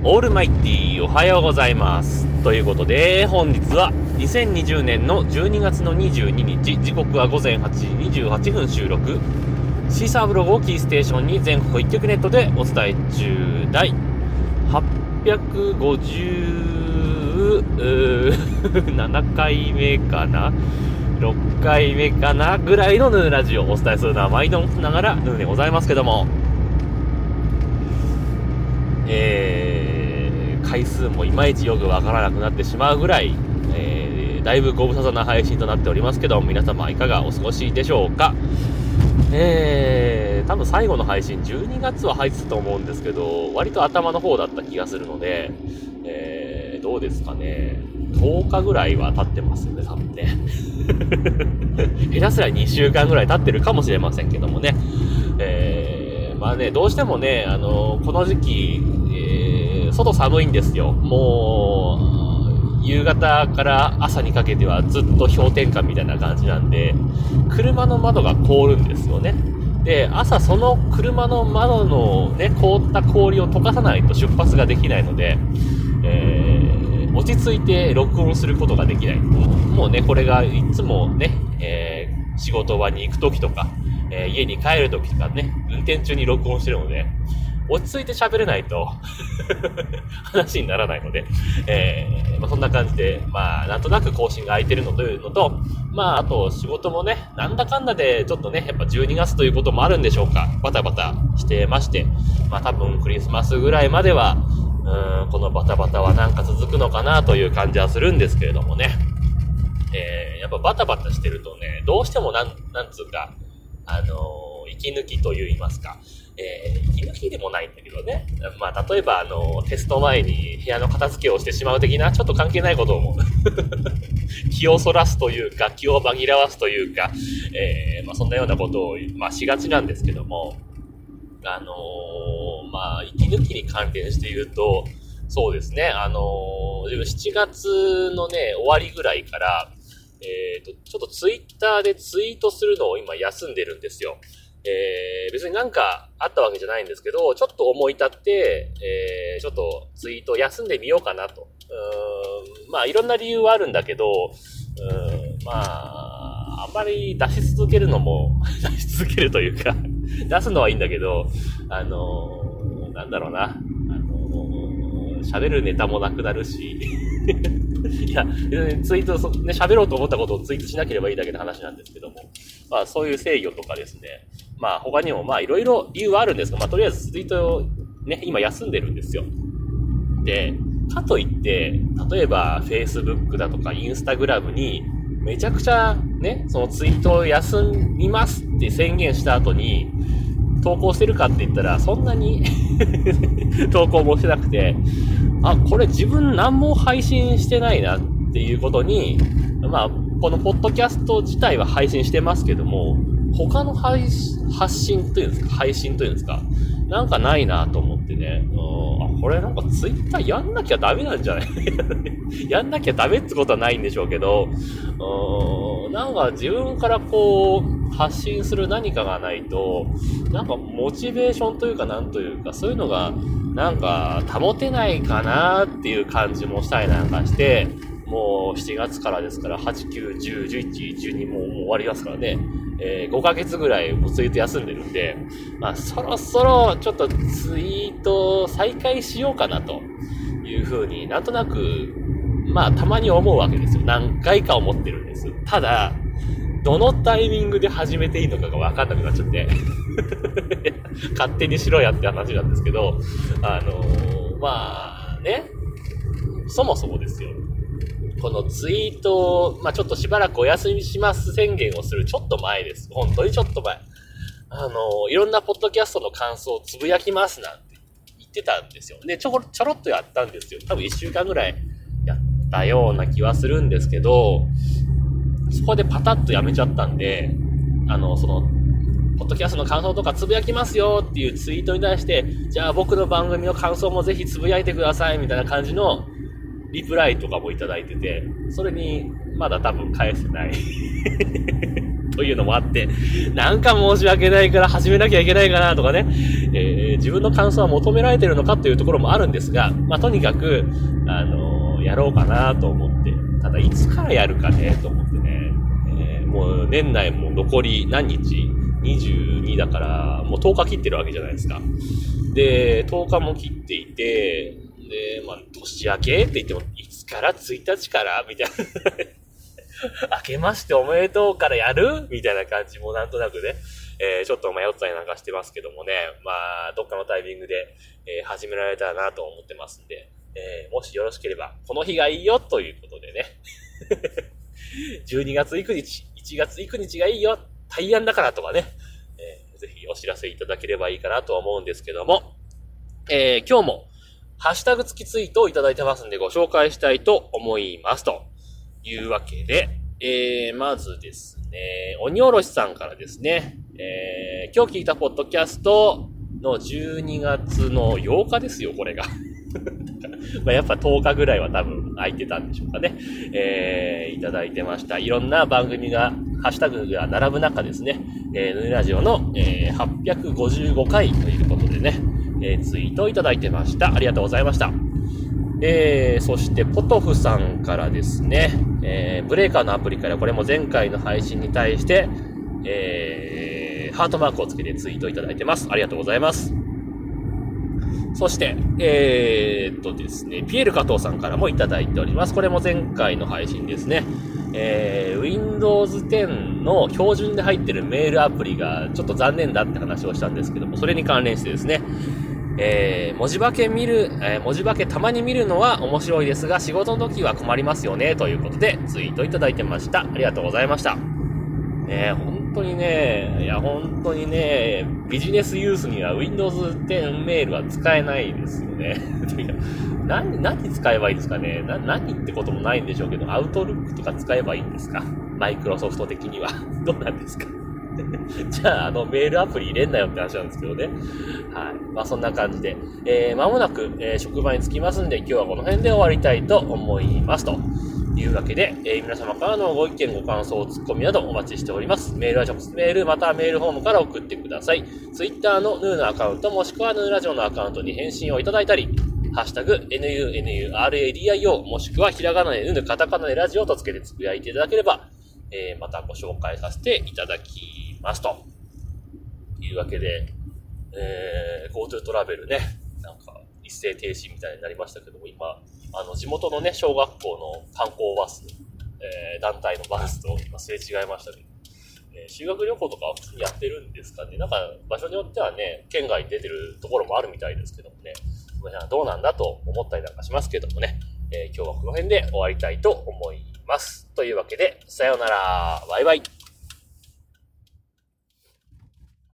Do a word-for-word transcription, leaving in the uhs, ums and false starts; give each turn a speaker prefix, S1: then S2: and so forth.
S1: オールマイティーおはようございます。ということで、本日はにせんにじゅうねんのじゅうにがつのにじゅうににち、時刻はごぜんはちじにじゅうはっぷん収録。シーサーブログをキーステーションに全国一曲ネットでお伝え中、第はっぴゃくごじゅうななかいめかなろっかいめかなぐらいのヌーラジオをお伝えするのは毎度ながらヌーでございますけども、えー、回数もいまいちよくわからなくなってしまうぐらい、えー、だいぶご無沙汰な配信となっておりますけども、皆様いかがお過ごしでしょうか。えー、多分最後の配信じゅうにがつは入ってたと思うんですけど、割と頭の方だった気がするので、えー、どうですかね、とおかぐらいは経ってますよね、多分ね。下手すらにしゅうかんぐらい経ってるかもしれませんけどもね。えー、まあね、どうしてもね、あのー、この時期、えー、外寒いんですよ。もう、夕方から朝にかけてはずっと氷点下みたいな感じなんで、車の窓が凍るんですよね。で、朝その車の窓のね、凍った氷を溶かさないと出発ができないので、えー、落ち着いて録音することができない。もうね、これがいつもね、えー、仕事場に行くときとか、えー、家に帰るときとかね、運転中に録音してるので、落ち着いて喋れないと話にならないので、えーまあ、そんな感じで、まあ、なんとなく更新が空いてるのというのと、まあ、あと仕事もね、なんだかんだでちょっとね、やっぱじゅうにがつということもあるんでしょうか、バタバタしてまして、まあ多分クリスマスぐらいまでは、うーん、このバタバタはなんか続くのかなという感じはするんですけれどもね、えー、やっぱバタバタしてるとね、どうしてもなん、なんつうか、あのー、息抜きと言いますか、えー、息抜きでもないんだけどね。まあ、例えば、あの、テスト前に部屋の片付けをしてしまう的な、ちょっと関係ないことをも気をそらすというか、気を紛らわすというか、えー、まあ、そんなようなことを、まあ、しがちなんですけども、あのー、まあ、息抜きに関連して言うと、そうですね、あのー、自分しちがつのね、終わりぐらいから、えーと、ちょっとツイッターでツイートするのを今休んでるんですよ。えー、別になんかあったわけじゃないんですけど、ちょっと思い立って、えー、ちょっとツイートを休んでみようかなと。うーん、まあいろんな理由はあるんだけど、うーん、まあ、あんまり出し続けるのも、出し続けるというか、出すのはいいんだけど、あのー、なんだろうな、あのー、喋るネタもなくなるし、いや、ツイート、ね、喋ろうと思ったことをツイートしなければいいだけの話なんですけども、まあそういう制御とかですね、まあ他にもまあいろいろ理由はあるんですが、まあとりあえずツイートをね、今休んでるんですよ。で、かといって、例えば Facebook だとか Instagram にめちゃくちゃね、そのツイートを休みますって宣言した後に投稿してるかって言ったらそんなに投稿もしてなくて、あ、これ自分何も配信してないなっていうことに、まあこのポッドキャスト自体は配信してますけども、他の配発信というんですか、配信というんですか、なんかないなと思ってね、うん、あ、これなんかツイッターやんなきゃダメなんじゃないやんなきゃダメってことはないんでしょうけど、うん、なんか自分からこう発信する何かがないと、なんかモチベーションというかなんというか、そういうのがなんか保てないかなっていう感じもしたりなんかして、もうしちがつからですから、はち、きゅう、じゅう、じゅういち、じゅうにもう、もう終わりますからね。えー、ごかげつぐらいツイート休んでるんで、まあそろそろちょっとツイート再開しようかなというふうになんとなく、まあたまに思うわけですよ。何回か思ってるんです。ただ、どのタイミングで始めていいのかが分かんなくなっちゃって。勝手にしろやって話なんですけど、あのー、まあね、そもそもですよ。このツイート、まあちょっとしばらくお休みします宣言をするちょっと前です。本当にちょっと前。あの、いろんなポッドキャストの感想をつぶやきますなんて言ってたんですよ。で、ちょこ、ちょろっとやったんですよ。多分いっしゅうかんぐらいやったような気はするんですけど、そこでパタッとやめちゃったんで、あの、その、ポッドキャストの感想とかつぶやきますよっていうツイートに対して、じゃあ僕の番組の感想もぜひつぶやいてくださいみたいな感じのリプライとかもいただいてて、それにまだ多分返せないというのもあって、なんか申し訳ないから始めなきゃいけないかなとかね、えー、自分の感想は求められてるのかというところもあるんですが、まあ、とにかく、あのー、やろうかなと思って、ただいつからやるかね、と思ってね、えー、もう年内も残り何日 ?にじゅうに だから、もうとおか切ってるわけじゃないですか。で、とおかも切っていて、で、まあ、年明けって言っても、いつからついたちからみたいな。明けましておめでとうからやるみたいな感じもなんとなくね、えー、ちょっと迷ったりなんかしてますけどもね、まあ、どっかのタイミングで、えー、始められたらなと思ってますんで、えー、もしよろしければ、この日がいいよということでね、じゅうにがついくにち、いちがついくにちがいいよ、大安だからとかね、えー、ぜひお知らせいただければいいかなと思うんですけども、えー、今日も、ハッシュタグ付きツイートをいただいてますんでご紹介したいと思いますというわけで、えー、まずですね、鬼おろしさんからですね、えー、今日聞いたポッドキャストのじゅうにがつのようかですよ、これが。まあやっぱとおかぐらいは多分空いてたんでしょうかね。えー、いただいてました。いろんな番組が、ハッシュタグが並ぶ中ですね、えー、ヌーラジオの、えー、はっぴゃくごじゅうごかいということでね、えー、ツイートをいただいてました。ありがとうございました。えー、そしてポトフさんからですね、えー、ブレーカーのアプリからこれも前回の配信に対して、えー、ハートマークをつけてツイートいただいてます。ありがとうございます。そして、えー、っとですね、ピエール加藤さんからもいただいております。これも前回の配信ですね。えー、ウィンドウズテン の標準で入ってるメールアプリがちょっと残念だって話をしたんですけども、それに関連してですね、えー、文字化け見る、えー、文字化けたまに見るのは面白いですが、仕事の時は困りますよね、ということでツイートいただいてました。ありがとうございました。ね、本当にね、いや本当にね、ビジネスユースには ウィンドウズテン メールは使えないですよね。何、何使えばいいですかね。な、何ってこともないんでしょうけど、アウトルックとか使えばいいんですか。マイクロソフト的には。どうなんですか。じゃあ、あの、メールアプリ入れんなよって話なんですけどね。はい。まあ、そんな感じで、えー、間もなく、えー、職場に着きますんで、今日はこの辺で終わりたいと思いますと。いうわけで、えー、皆様からのご意見、ご感想、ツッコミなどお待ちしております。メールは直接メール、またはメールフォームから送ってください。ツイッターのヌーのアカウント、もしくはヌーラジオのアカウントに返信をいただいたり、ハッシュタグ、エヌユーエヌユーアールエーディーアイオー、もしくはひらがなでヌー、カタカナでラジオとつけてつぶやいていただければ、えー、またご紹介させていただきますと。いうわけで、えー、GoTo トラベルね、なんか一斉停止みたいになりましたけども、今、あの、地元のね、小学校の観光バス、えー、団体のバスと今すれ違いましたけど、えー、修学旅行とかは普通にやってるんですかね。なんか場所によってはね、県外に出てるところもあるみたいですけどもね、どうなんだと思ったりなんかしますけどもね、えー、今日はこの辺で終わりたいと思います。というわけで、さようなら、バイバイ。